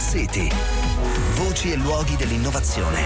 City. Voci e luoghi dell'innovazione.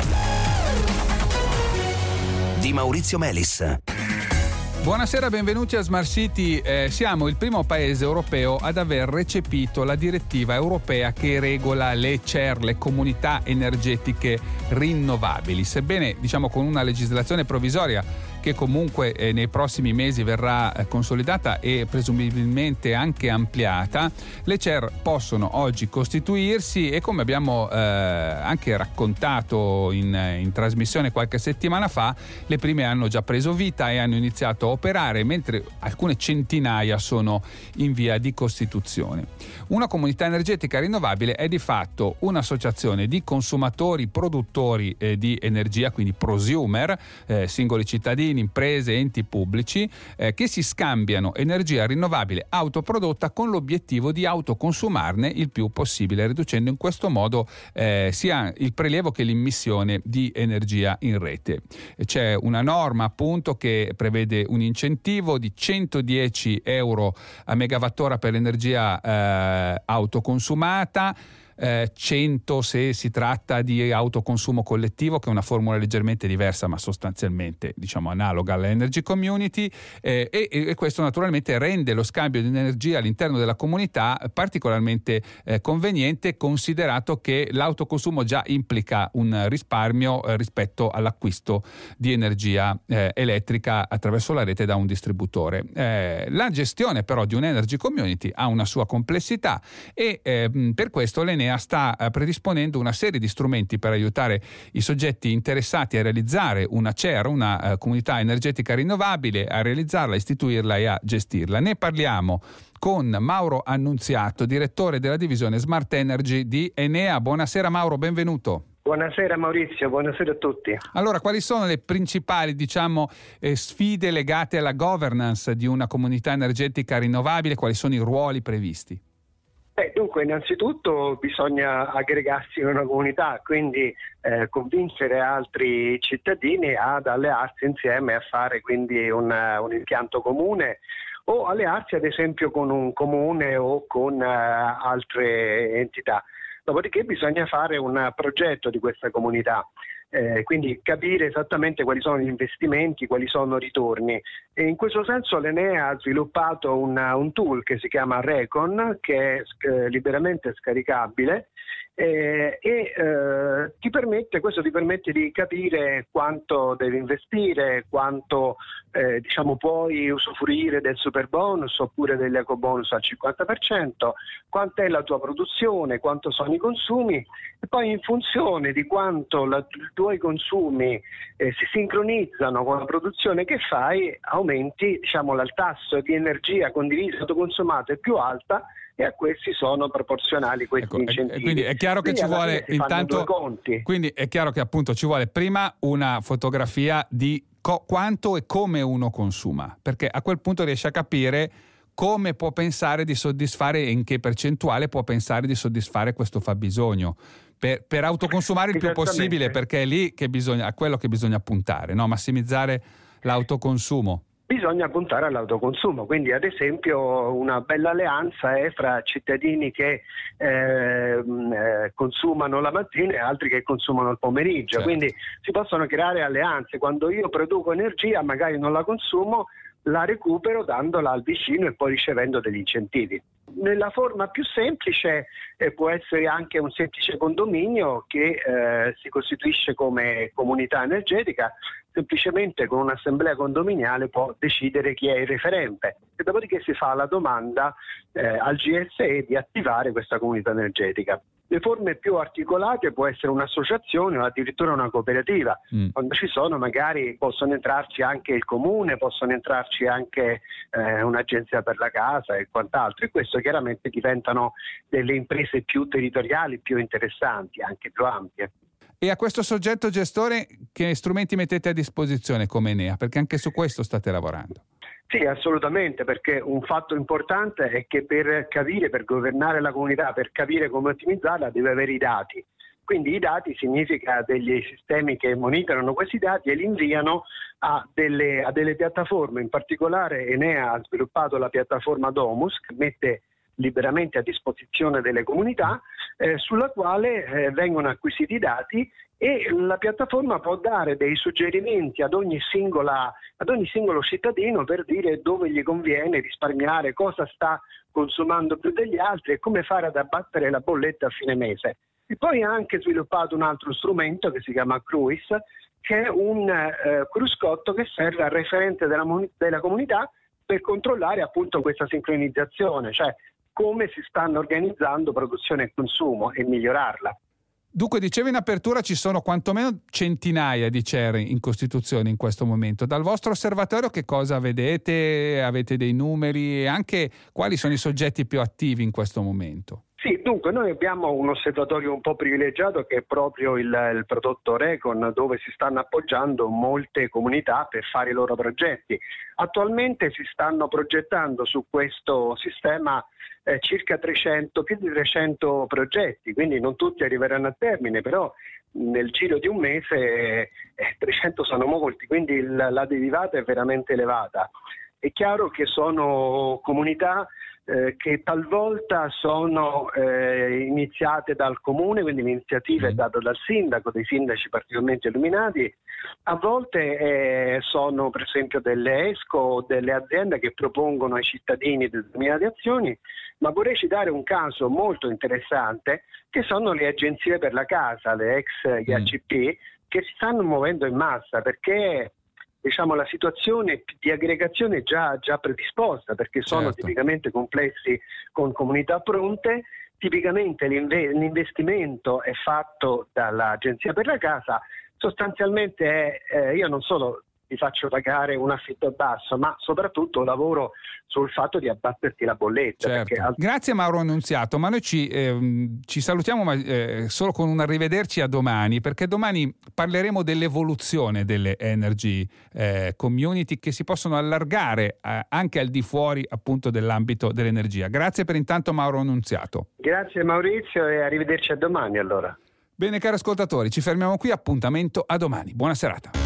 Di Maurizio Melis. Buonasera, benvenuti a Smart City. Siamo il primo paese europeo ad aver recepito la direttiva europea che regola le CER, le comunità energetiche rinnovabili. Sebbene, con una legislazione provvisoria che comunque nei prossimi mesi verrà consolidata e presumibilmente anche ampliata, le CER possono oggi costituirsi e, come abbiamo anche raccontato in trasmissione qualche settimana fa, le prime hanno già preso vita e hanno iniziato a operare, mentre alcune centinaia sono in via di costituzione. Una comunità energetica rinnovabile è di fatto un'associazione di consumatori produttori di energia, quindi prosumer, singoli cittadini, imprese, enti pubblici, che si scambiano energia rinnovabile autoprodotta con l'obiettivo di autoconsumarne il più possibile, riducendo in questo modo sia il prelievo che l'immissione di energia in rete. C'è una norma appunto che prevede un incentivo di 110 euro a megawattora per l'energia autoconsumata, 100 se si tratta di autoconsumo collettivo, che è una formula leggermente diversa ma sostanzialmente analoga all'Energy Community, e questo naturalmente rende lo scambio di energia all'interno della comunità particolarmente conveniente, considerato che l'autoconsumo già implica un risparmio rispetto all'acquisto di energia elettrica attraverso la rete da un distributore. La gestione però di un Energy Community ha una sua complessità e per questo l'Enea sta predisponendo una serie di strumenti per aiutare i soggetti interessati a realizzare una CER, una comunità energetica rinnovabile, a realizzarla, a istituirla e a gestirla. Ne parliamo con Mauro Annunziato, direttore della divisione Smart Energy di Enea. Buonasera Mauro, benvenuto. Buonasera Maurizio, buonasera a tutti. Allora, quali sono le principali sfide legate alla governance di una comunità energetica rinnovabile? Quali sono i ruoli previsti? Dunque, innanzitutto bisogna aggregarsi in una comunità, quindi convincere altri cittadini ad allearsi insieme a fare quindi un impianto comune, o allearsi ad esempio con un comune o con altre entità. Dopodiché bisogna fare un progetto di questa comunità. Quindi capire esattamente quali sono gli investimenti, quali sono i ritorni. E in questo senso l'Enea ha sviluppato un tool che si chiama Recon, che è liberamente scaricabile questo ti permette di capire quanto devi investire, quanto puoi usufruire del super bonus oppure dell'eco bonus al 50%, quanto è la tua produzione, quanto sono i consumi, e poi in funzione di quanto i tuoi consumi si sincronizzano con la produzione che fai, aumenti il tasso di energia condivisa autoconsumato è più alta, e a questi sono proporzionali questi incentivi. Quindi è chiaro che ci vuole intanto, quindi è chiaro che appunto ci vuole prima una fotografia di quanto e come uno consuma, perché a quel punto riesce a capire come può pensare di soddisfare e in che percentuale può pensare di soddisfare questo fabbisogno per autoconsumare il più possibile, perché è lì che a quello che bisogna puntare, no? Massimizzare l'autoconsumo. Bisogna puntare all'autoconsumo, quindi ad esempio una bella alleanza è fra cittadini che consumano la mattina e altri che consumano il pomeriggio, certo. Quindi si possono creare alleanze. Quando io produco energia magari non la consumo, la recupero dandola al vicino e poi ricevendo degli incentivi. Nella forma più semplice può essere anche un semplice condominio che si costituisce come comunità energetica, semplicemente con un'assemblea condominiale può decidere chi è il referente e dopodiché si fa la domanda al GSE di attivare questa comunità energetica. Le forme più articolate può essere un'associazione o addirittura una cooperativa. Quando ci sono magari possono entrarci anche il comune, possono entrarci anche un'agenzia per la casa e quant'altro, e questo chiaramente diventano delle imprese più territoriali, più interessanti, anche più ampie. E a questo soggetto gestore che strumenti mettete a disposizione come Enea? Perché anche su questo state lavorando. Sì, assolutamente, perché un fatto importante è che per governare la comunità, per capire come ottimizzarla, deve avere i dati. Quindi i dati significa degli sistemi che monitorano questi dati e li inviano a delle piattaforme. In particolare Enea ha sviluppato la piattaforma Domus, che mette liberamente a disposizione delle comunità, sulla quale vengono acquisiti i dati e la piattaforma può dare dei suggerimenti ad ogni singolo cittadino per dire dove gli conviene risparmiare, cosa sta consumando più degli altri e come fare ad abbattere la bolletta a fine mese. E poi ha anche sviluppato un altro strumento che si chiama Cruise, che è un cruscotto che serve al referente della comunità per controllare appunto questa sincronizzazione, cioè come si stanno organizzando produzione e consumo e migliorarla. Dunque, dicevo in apertura, ci sono quantomeno centinaia di CER in costituzione in questo momento. Dal vostro osservatorio che cosa vedete? Avete dei numeri e anche quali sono i soggetti più attivi in questo momento? Sì, dunque noi abbiamo un osservatorio un po' privilegiato che è proprio il prodotto Recon, dove si stanno appoggiando molte comunità per fare i loro progetti. Attualmente si stanno progettando su questo sistema circa più di 300 progetti, quindi non tutti arriveranno a termine, però nel giro di un mese 300 sono molti, quindi la derivata è veramente elevata. È chiaro che sono comunità che talvolta sono iniziate dal comune, quindi l'iniziativa è data dal sindaco, dei sindaci particolarmente illuminati, a volte sono per esempio delle ESCO o delle aziende che propongono ai cittadini determinate azioni, ma vorrei citare un caso molto interessante che sono le agenzie per la casa, le ex IACP, che si stanno muovendo in massa perché la situazione di aggregazione è già predisposta, perché sono tipicamente complessi con comunità pronte, tipicamente l'investimento è fatto dall'Agenzia per la Casa, sostanzialmente io non solo ti faccio pagare un affitto basso, ma soprattutto lavoro sul fatto di abbatterti la bolletta. Certo. Grazie Mauro Annunziato, ma noi ci salutiamo solo con un arrivederci a domani, perché domani parleremo dell'evoluzione delle energy community che si possono allargare anche al di fuori appunto dell'ambito dell'energia. Grazie per intanto Mauro Annunziato. Grazie Maurizio e arrivederci a domani allora. Bene cari ascoltatori, ci fermiamo qui, appuntamento a domani. Buona serata.